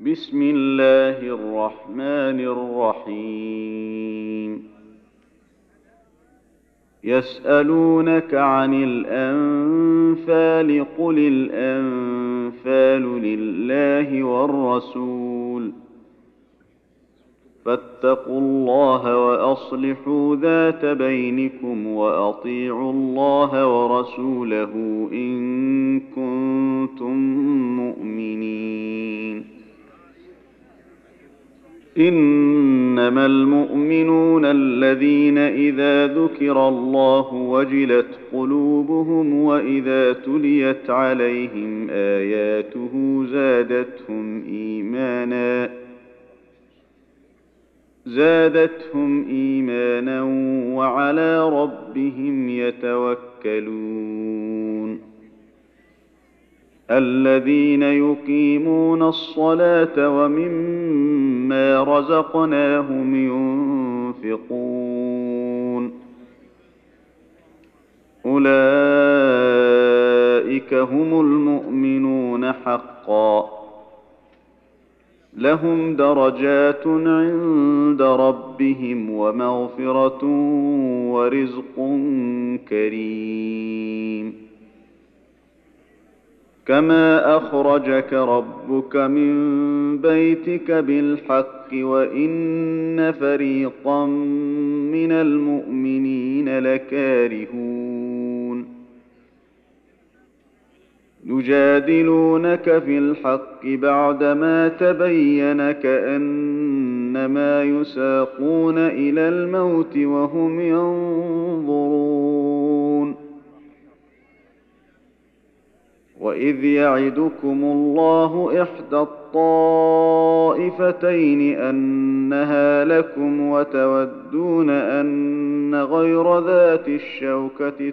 بسم الله الرحمن الرحيم يسألونك عن الأنفال قل الأنفال لله والرسول فاتقوا الله وأصلحوا ذات بينكم وأطيعوا الله ورسوله إن كنتم مؤمنين إنما المؤمنون الذين إذا ذكر الله وجلت قلوبهم وإذا تليت عليهم آياته زادتهم إيمانا وعلى ربهم يتوكلون الذين يقيمون الصلاة ومما رزقناهم ينفقون أولئك هم المؤمنون حقا لهم درجات عند ربهم ومغفرة ورزق كريم كما أخرجك ربك من بيتك بالحق وإن فريقا من المؤمنين لكارهون يجادلونك في الحق بعدما تبين كأنما يساقون إلى الموت وهم ينظرون وإذ يعدكم الله إحدى الطائفتين أنها لكم وتودون أن غير ذات الشوكة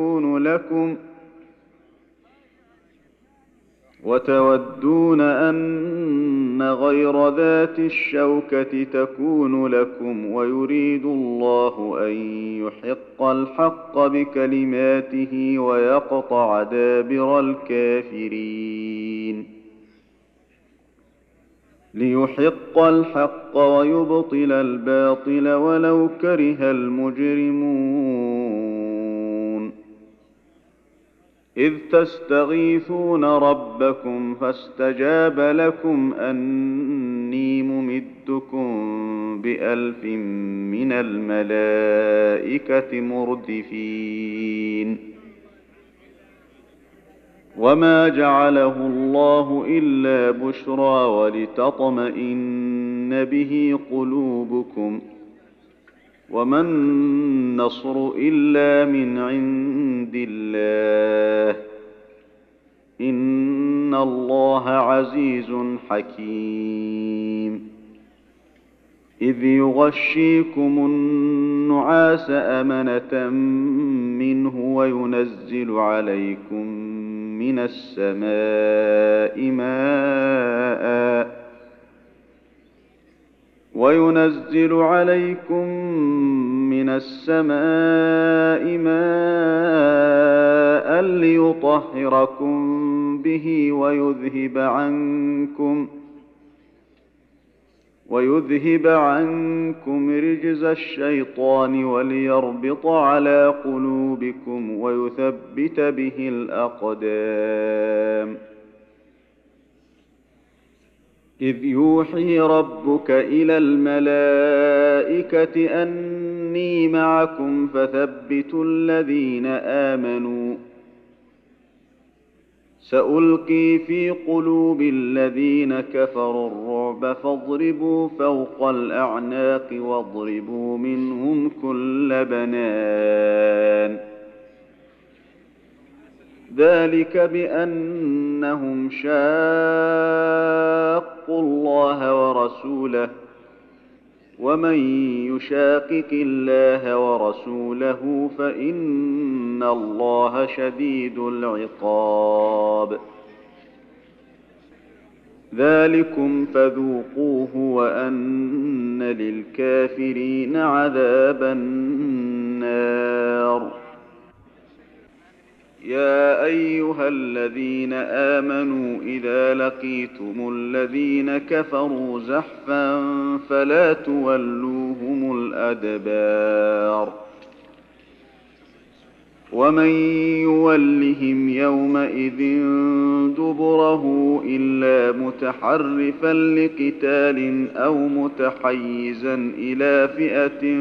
تكون لكم ويريد الله أن يحق الحق بكلماته ويقطع دابر الكافرين ليحق الحق ويبطل الباطل ولو كره المجرمون إذ تستغيثون ربكم فاستجاب لكم أني ممدكم ب1000 من الملائكة مردفين وما جعله الله إلا بشرى ولتطمئن به قلوبكم وما النصر إلا من عند الله إن الله عزيز حكيم إذ يغشيكم النعاس أمنة منه وينزل عليكم من السماء ماء ليطهركم به ويذهب عنكم رجز الشيطان وليربط على قلوبكم ويثبت به الأقدام إذ يوحي ربك إلى الملائكة أني معكم فثبتوا الذين آمنوا سألقي في قلوب الذين كفروا الرعب فاضربوا فوق الأعناق واضربوا منهم كل بنان ذلك بأنهم شاقوا الله ورسوله ومن يشاقق الله ورسوله فإن الله شديد العقاب ذلكم فذوقوه وأن للكافرين عذاب النار يا أيها الذين آمنوا إذا لقيتم الذين كفروا زحفا فلا تولوهم الأدبار ومن يولهم يومئذ دبره إلا متحرفا لقتال أو متحيزا إلى فئة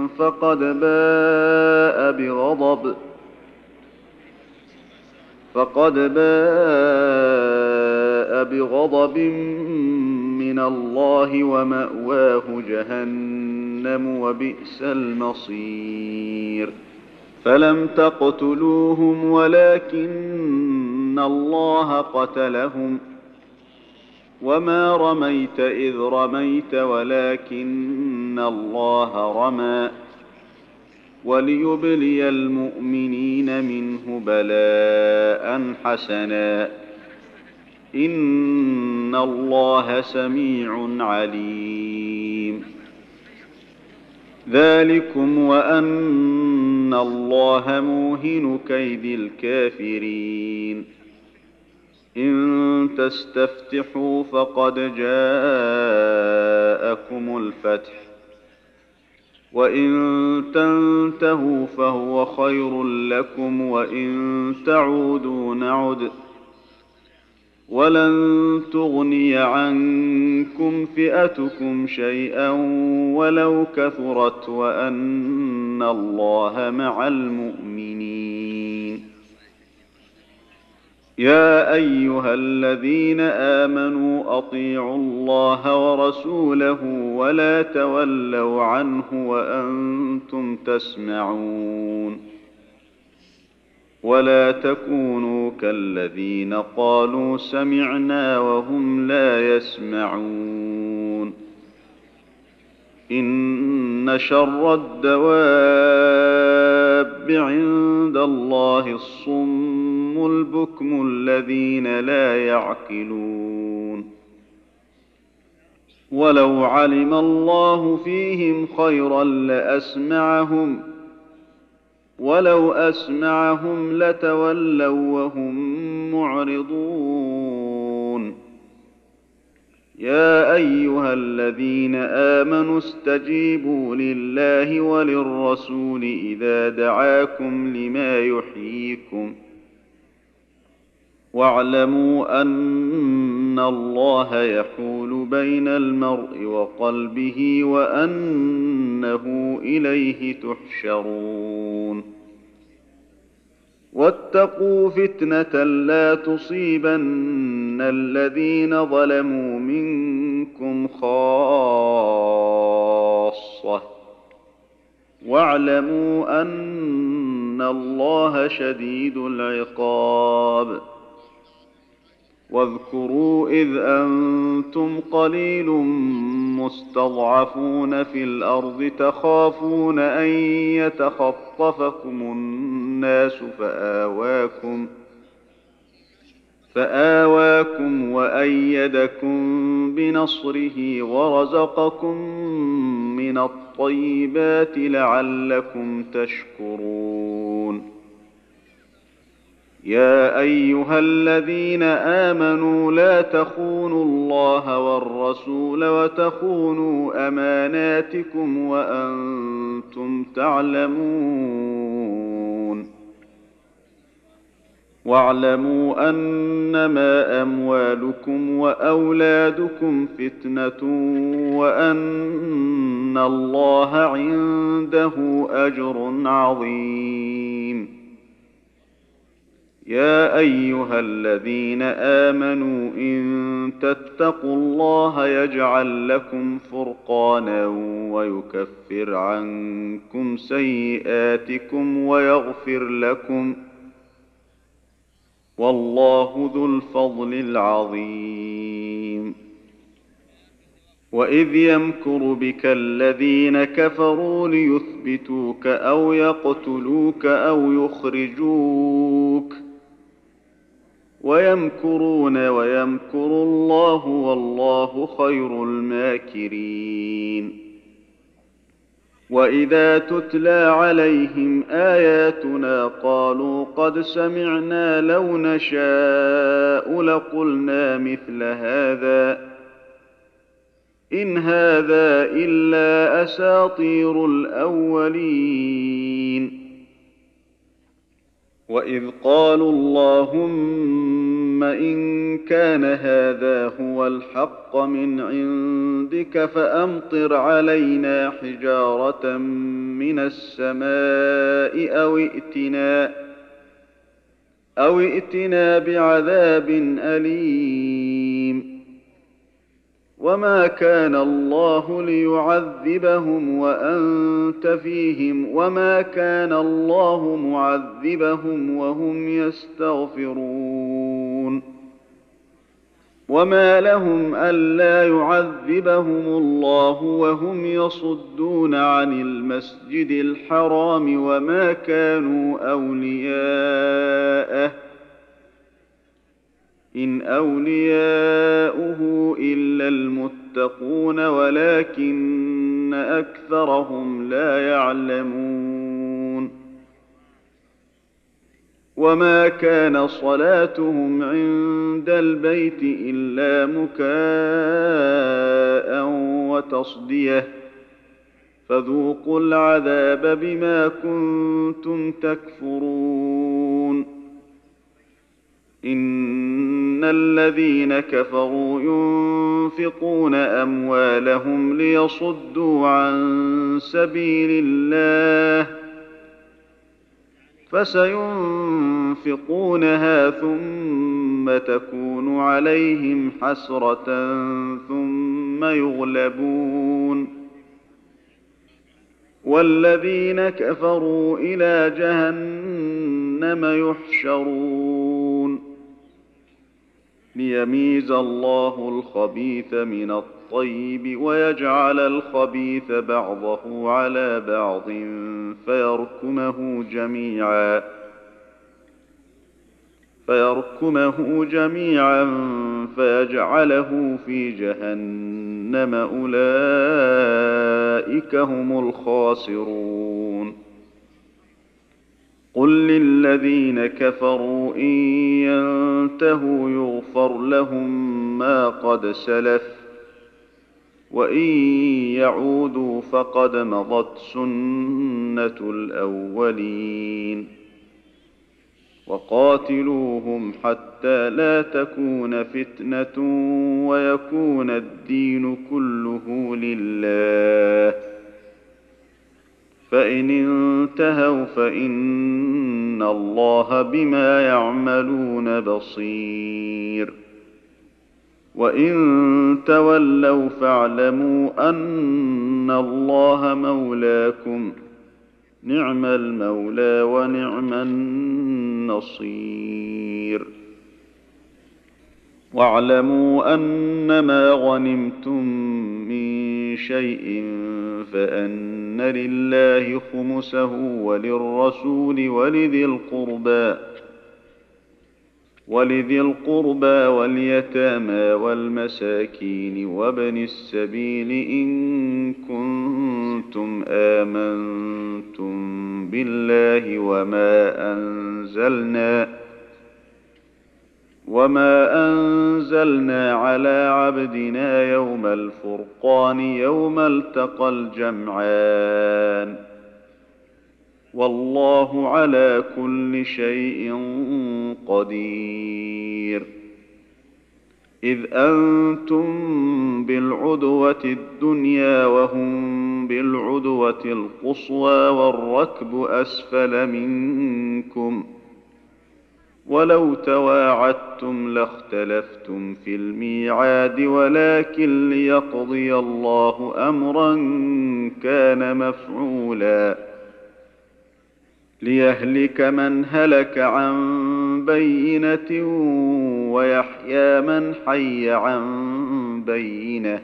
فقد باء بغضب من الله ومأواه جهنم وبئس المصير فلم تقتلوهم ولكن الله قتلهم وما رميت إذ رميت ولكن الله رمى وليبلي المؤمنين منه بلاء حسنا إن الله سميع عليم ذلكم وأن الله موهن كيد الكافرين إن تستفتحوا فقد جاءكم الفتح وإن تنتهوا فهو خير لكم وإن تعودوا نعد ولن تغني عنكم فئتكم شيئا ولو كثرت وأن الله مع المؤمنين يا أيها الذين آمنوا أطيعوا الله ورسوله ولا تولوا عنه وأنتم تسمعون ولا تكونوا كالذين قالوا سمعنا وهم لا يسمعون إن شر الدواب عند الله الصم البكم الذين لا يعقلون ولو علم الله فيهم خيرا لأسمعهم ولو أسمعهم لتولوا وهم معرضون يا أيها الذين آمنوا استجيبوا لله وللرسول إذا دعاكم لما يحييكم واعلموا أن الله يحول بين المرء وقلبه وأنه إليه تحشرون واتقوا فتنة لا تصيبن الذين ظلموا منكم خاصة واعلموا أن الله شديد العقاب واذكروا إذ أنتم قليل مستضعفون في الأرض تخافون أن يتخطفكم الناس فآواكم وأيدكم بنصره ورزقكم من الطيبات لعلكم تشكرون يا أيها الذين آمنوا لا تخونوا الله والرسول وتخونوا أماناتكم وأنتم تعلمون واعلموا أنما أموالكم وأولادكم فتنة وأن الله عنده أجر عظيم يا أيها الذين آمنوا إن تتقوا الله يجعل لكم فرقانا ويكفر عنكم سيئاتكم ويغفر لكم والله ذو الفضل العظيم وإذ يمكر بك الذين كفروا ليثبتوك أو يقتلوك أو يخرجوك ويمكرون ويمكر الله والله خير الماكرين وإذا تتلى عليهم آياتنا قالوا قد سمعنا لو نشاء لقلنا مثل هذا إن هذا إلا أساطير الأولين. وإذ قالوا اللهم إن كان هذا هو الحق من عندك فأمطر علينا حجارة من السماء أو ائتنا بعذاب أليم. وما كان الله ليعذبهم وأنت فيهم وما كان الله معذبهم وهم يستغفرون. وما لهم ألا يعذبهم الله وهم يصدون عن المسجد الحرام وما كانوا أولياءه إن أولياؤه إلا المتقون ولكن أكثرهم لا يعلمون. وما كان صلاتهم عند البيت إلا مكاء وتصدية فذوقوا العذاب بما كنتم تكفرون. إن الذين كفروا ينفقون أموالهم ليصدوا عن سبيل الله فسينفقونها ثم تكون عليهم حسرة ثم يغلبون والذين كفروا إلى جهنم يحشرون ليميز الله الخبيث من الطيب ويجعل الخبيث بعضه على بعض فيركمه جميعا فيجعله في جهنم أولئك هم الخاسرون. قل للذين كفروا إن ينتهوا يغفر لهم ما قد سلف وإن يعودوا فقد مضت سنة الأولين. وقاتلوهم حتى لا تكون فتنة ويكون الدين كله لله فإن انتهوا فإن الله بما يعملون بصير. وإن تولوا فاعلموا أن الله مولاكم نعم المولى ونعم النصير. واعلموا أنما غنمتم من شيء فأن لله خمسه وللرسول ولذي القربى واليتامى والمساكين وابن السبيل إن كنتم آمنتم بالله وما أنزلنا على عبدنا يوم الفرقان يوم التقى الجمعان والله على كل شيء قدير. إذ أنتم بالعدوة الدنيا وهم بالعدوة القصوى والركب أسفل منكم ولو تواعدتم لاختلفتم في الميعاد ولكن ليقضي الله أمرا كان مفعولا ليهلك من هلك عن بينة ويحيى من حي عن بينة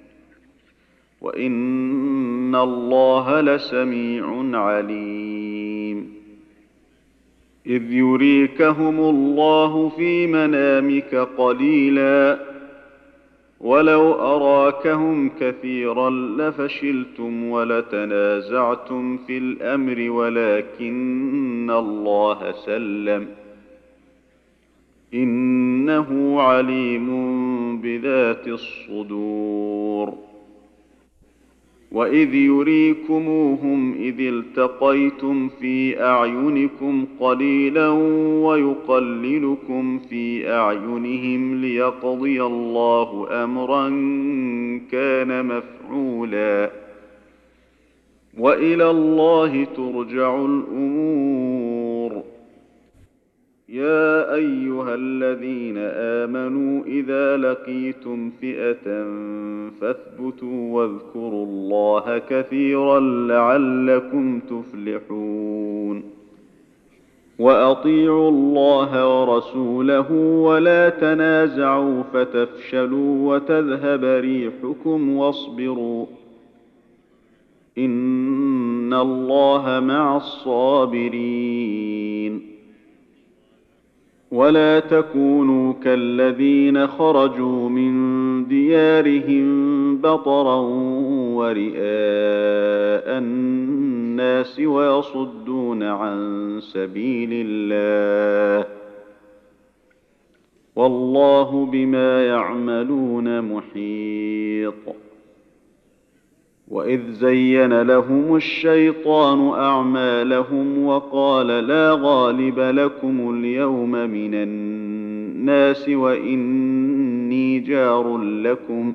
وإن الله لسميع عليم. إذ يريكهم الله في منامك قليلا ولو أراكهم كثيرا لفشلتم ولتنازعتم في الأمر ولكن الله سلم إنه عليم بذات الصدور وإذ يريكموهم إذ التقيتم في أعينكم قليلا ويقللكم في أعينهم ليقضي الله أمرا كان مفعولا وإلى الله ترجع الأمور يا أيها الذين آمنوا إذا لقيتم فئة فاثبتوا واذكروا الله كثيرا لعلكم تفلحون وأطيعوا الله ورسوله ولا تنازعوا فتفشلوا وتذهب ريحكم واصبروا إن الله مع الصابرين ولا تكونوا كالذين خرجوا من ديارهم بطرا ورئاء الناس ويصدون عن سبيل الله والله بما يعملون محيط وإذ زين لهم الشيطان أعمالهم وقال لا غالب لكم اليوم من الناس وإني جار لكم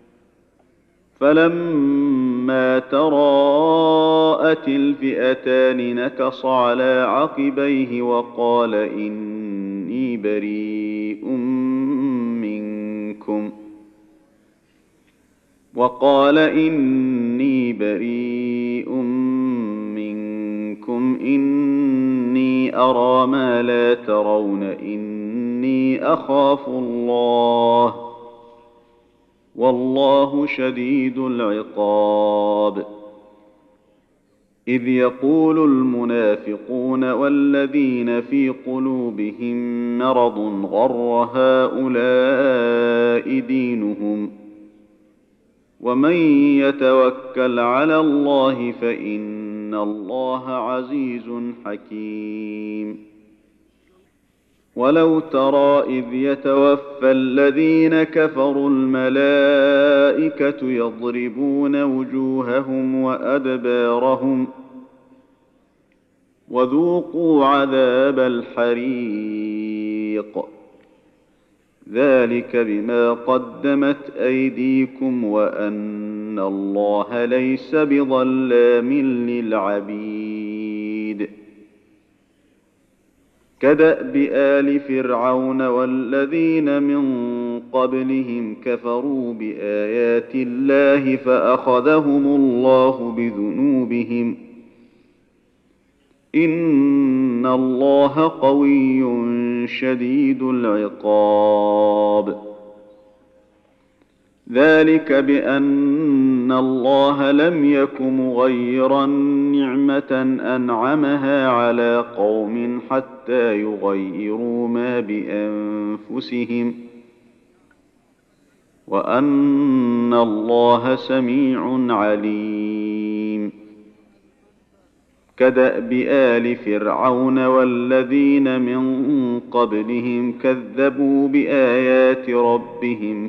فلما تراءت الفئتان نكص على عقبيه وقال إني بريء منكم إني أرى ما لا ترون إني أخاف الله والله شديد العقاب إذ يقول المنافقون والذين في قلوبهم مرض غر هؤلاء دينهم ومن يتوكل على الله فإن الله عزيز حكيم ولو ترى إذ يتوفى الذين كفروا الملائكة يضربون وجوههم وأدبارهم وذوقوا عذاب الحريق ذلك بما قدمت أيديكم وأن الله ليس بظلام للعبيد كدأب آل فرعون والذين من قبلهم كفروا بآيات الله فأخذهم الله بذنوبهم إن الله قوي شديد العقاب ذلك بأن الله لم يك مغيرا نعمة أنعمها على قوم حتى يغيروا ما بأنفسهم وأن الله سميع عليم كدأب آل فرعون والذين من قبلهم كذبوا بآيات ربهم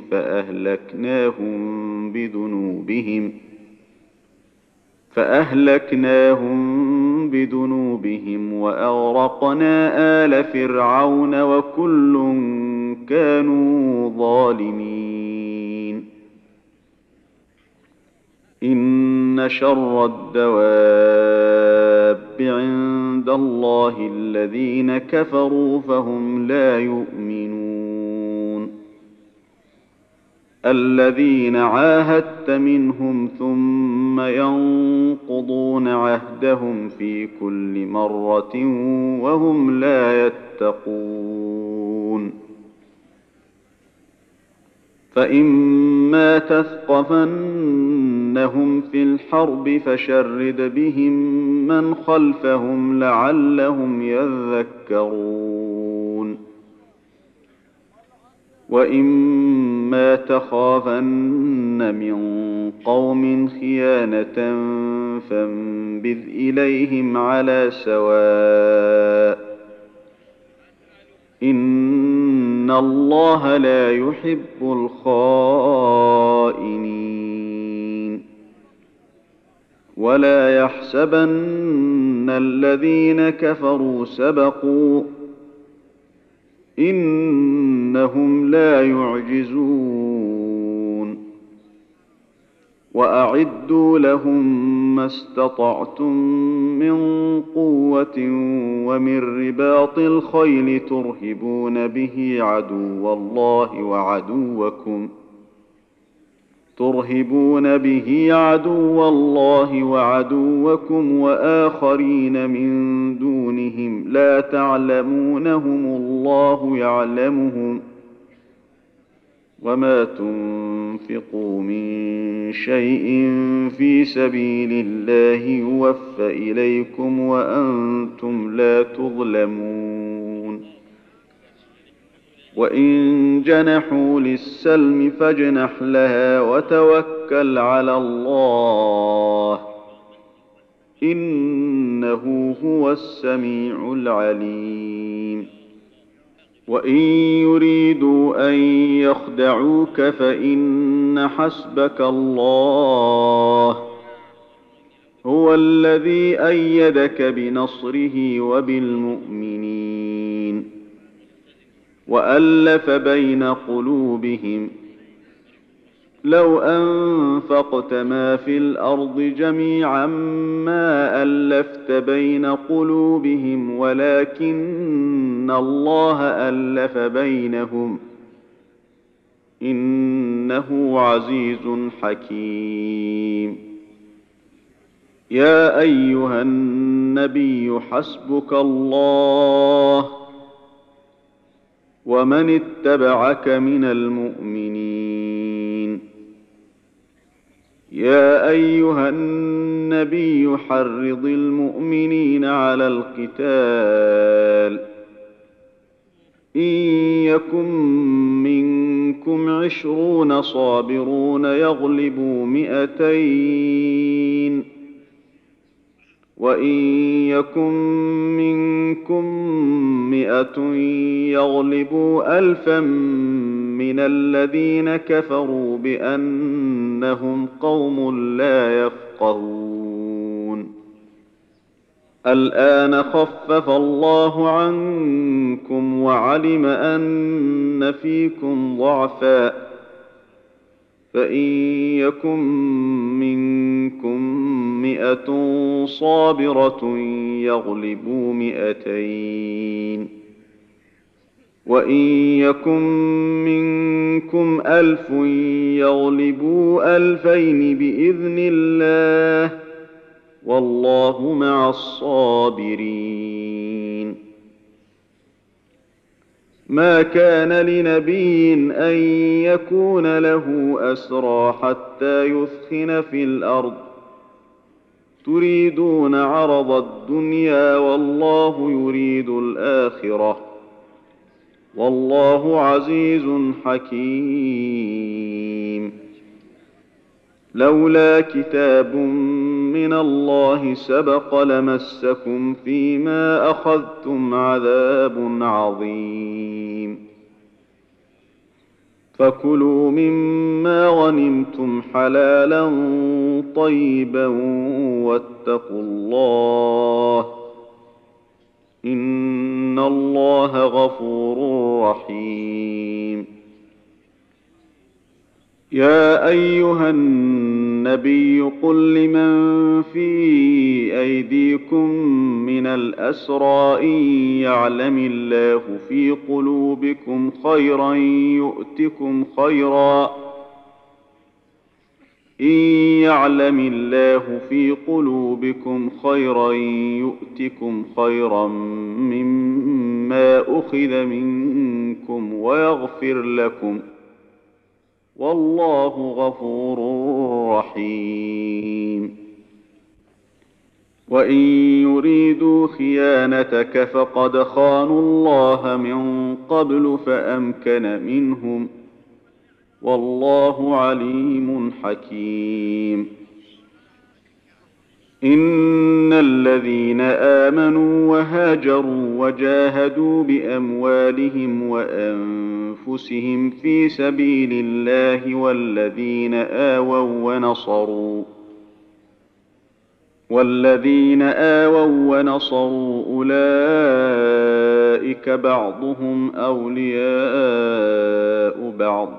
فأهلكناهم بذنوبهم وأغرقنا آل فرعون وكل كانوا ظالمين إن شر الدواب عند الله الذين كفروا فهم لا يؤمنون الذين عاهدت منهم ثم ينقضون عهدهم في كل مرة وهم لا يتقون فإما تثقفنهم في الحرب فشرد بهم من خلفهم لعلهم يذكرون وإما تخافن من قوم خيانة فانبذ إليهم على سواء إن الله لا يحب الخائنين ولا يحسبن الذين كفروا سبقوا إنهم لا يعجزون وأعدوا لهم ما استطعتم من قوة ومن رباط الخيل ترهبون به عدو الله وعدوكم وآخرين من دونهم لا تعلمونهم الله يعلمهم وما تنفقوا من شيء في سبيل الله يوف إليكم وأنتم لا تظلمون وإن جنحوا للسلم فاجنح لها وتوكل على الله إنه هو السميع العليم وإن يريدوا أن يخدعوك فإن حسبك الله هو الذي أيدك بنصره وبالمؤمنين وألف بين قلوبهم لو أنفقت ما في الأرض جميعا ما ألفت بين قلوبهم ولكن الله ألف بينهم إنه عزيز حكيم يا أيها النبي حسبك الله ومن اتبعك من المؤمنين يا أيها النبي حرض المؤمنين على القتال إن يكن منكم 20 صابرون يغلبوا 200 وإن يكن منكم 100 يغلبوا 1000 من الذين كفروا بأنهم قوم لا يفقهون الآن خفف الله عنكم وعلم أن فيكم ضعفا فإن يكن منكم 100 صابرة يغلبوا 200 وإن يكن منكم 1000 يغلبوا 2000 بإذن الله والله مع الصابرين ما كان لنبي أن يكون له أسرى حتى يثخن في الأرض تريدون عرض الدنيا والله يريد الآخرة والله عزيز حكيم لولا كتاب من الله سبق لمسكم فيما أخذتم عذاب عظيم فكلوا مما غنمتم حلالا طيبا واتقوا الله إن الله غفور رحيم يا أيها النبي قل لمن في أيديكم من الأسرى إن يعلم الله في قلوبكم خيرا يؤتكم خيرا مما أخذ منكم ويغفر لكم والله غفور رحيم وإن يريدوا خيانتك فقد خانوا الله من قبل فأمكن منهم، والله عليم حكيم. إن الذين آمنوا وهاجروا وجاهدوا بأموالهم وأنفسهم في سبيل الله والذين آووا ونصروا أولئك بعضهم أولياء بعض،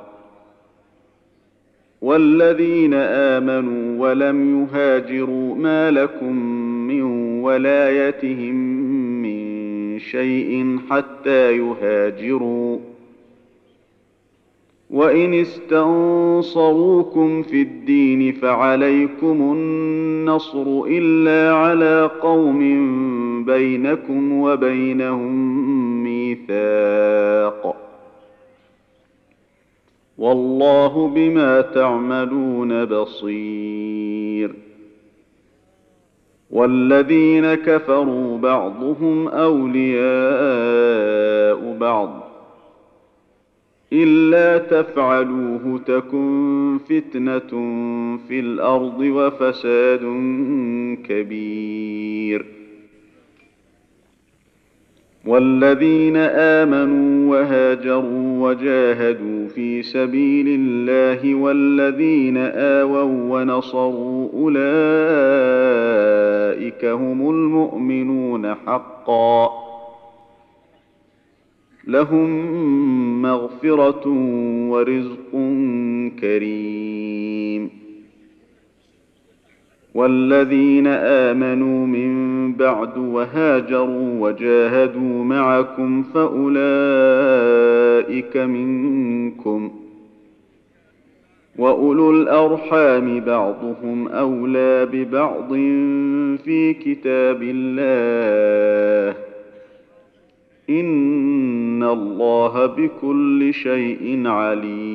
والذين آمنوا ولم يهاجروا ما لكم من ولايتهم من شيء حتى يهاجروا، وإن استنصروكم في الدين فعليكم النصر إلا على قوم بينكم وبينهم ميثاق، والله بما تعملون بصير. والذين كفروا بعضهم أولياء بعض، إلا تفعلوه تكن فتنة في الأرض وفساد كبير. والذين آمنوا وهاجروا وجاهدوا في سبيل الله والذين آووا ونصروا أولئك هم المؤمنون حقا، لهم مغفرة ورزق كريم. والذين آمنوا من بعد وهاجروا وجاهدوا معكم فأولئك منكم، وأولو الأرحام بعضهم أولى ببعض في كتاب الله، إن الله بكل شيء عليم.